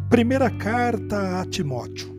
Primeira carta a Timóteo.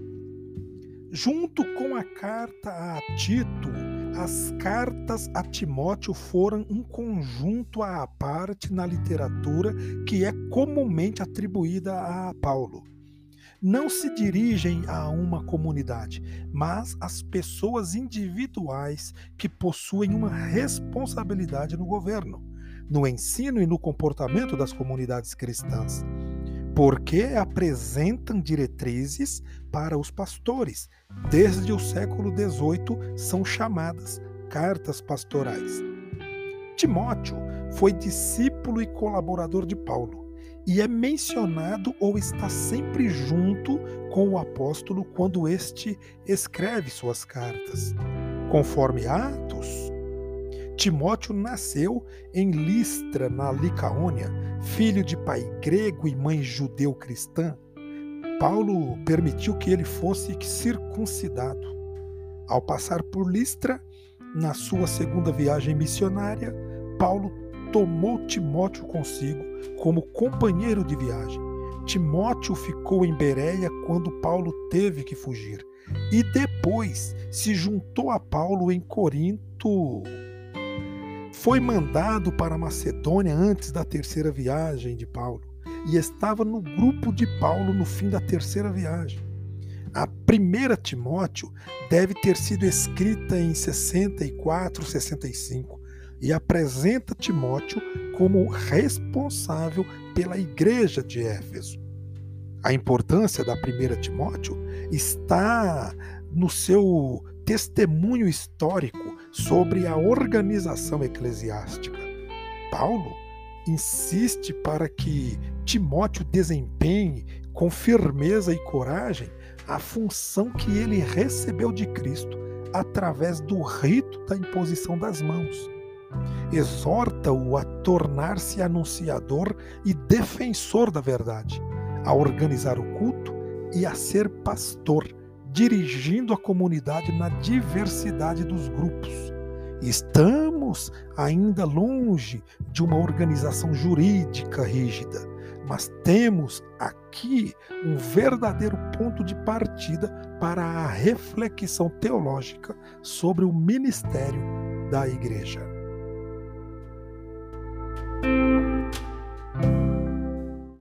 Junto com a carta a Tito, as cartas a Timóteo foram um conjunto à parte na literatura que é comumente atribuída a Paulo. Não se dirigem a uma comunidade, mas às pessoas individuais que possuem uma responsabilidade no governo, no ensino e no comportamento das comunidades cristãs, porque apresentam diretrizes para os pastores. Desde o século XVIII são chamadas cartas pastorais. Timóteo foi discípulo e colaborador de Paulo e é mencionado ou está sempre junto com o apóstolo quando este escreve suas cartas. Conforme Atos, Timóteo nasceu em Listra, na Licaônia, filho de pai grego e mãe judeu-cristã. Paulo permitiu que ele fosse circuncidado. Ao passar por Listra, na sua segunda viagem missionária, Paulo tomou Timóteo consigo como companheiro de viagem. Timóteo ficou em Bereia quando Paulo teve que fugir e depois se juntou a Paulo em Corinto. Foi mandado para a Macedônia antes da terceira viagem de Paulo e estava no grupo de Paulo no fim da terceira viagem. A primeira Timóteo deve ter sido escrita em 64, 65 e apresenta Timóteo como responsável pela igreja de Éfeso. A importância da primeira Timóteo está no seu testemunho histórico sobre a organização eclesiástica. Paulo insiste para que Timóteo desempenhe com firmeza e coragem a função que ele recebeu de Cristo através do rito da imposição das mãos. Exorta-o a tornar-se anunciador e defensor da verdade, a organizar o culto e a ser pastor, dirigindo a comunidade na diversidade dos grupos. Estamos ainda longe de uma organização jurídica rígida, mas temos aqui um verdadeiro ponto de partida para a reflexão teológica sobre o ministério da igreja.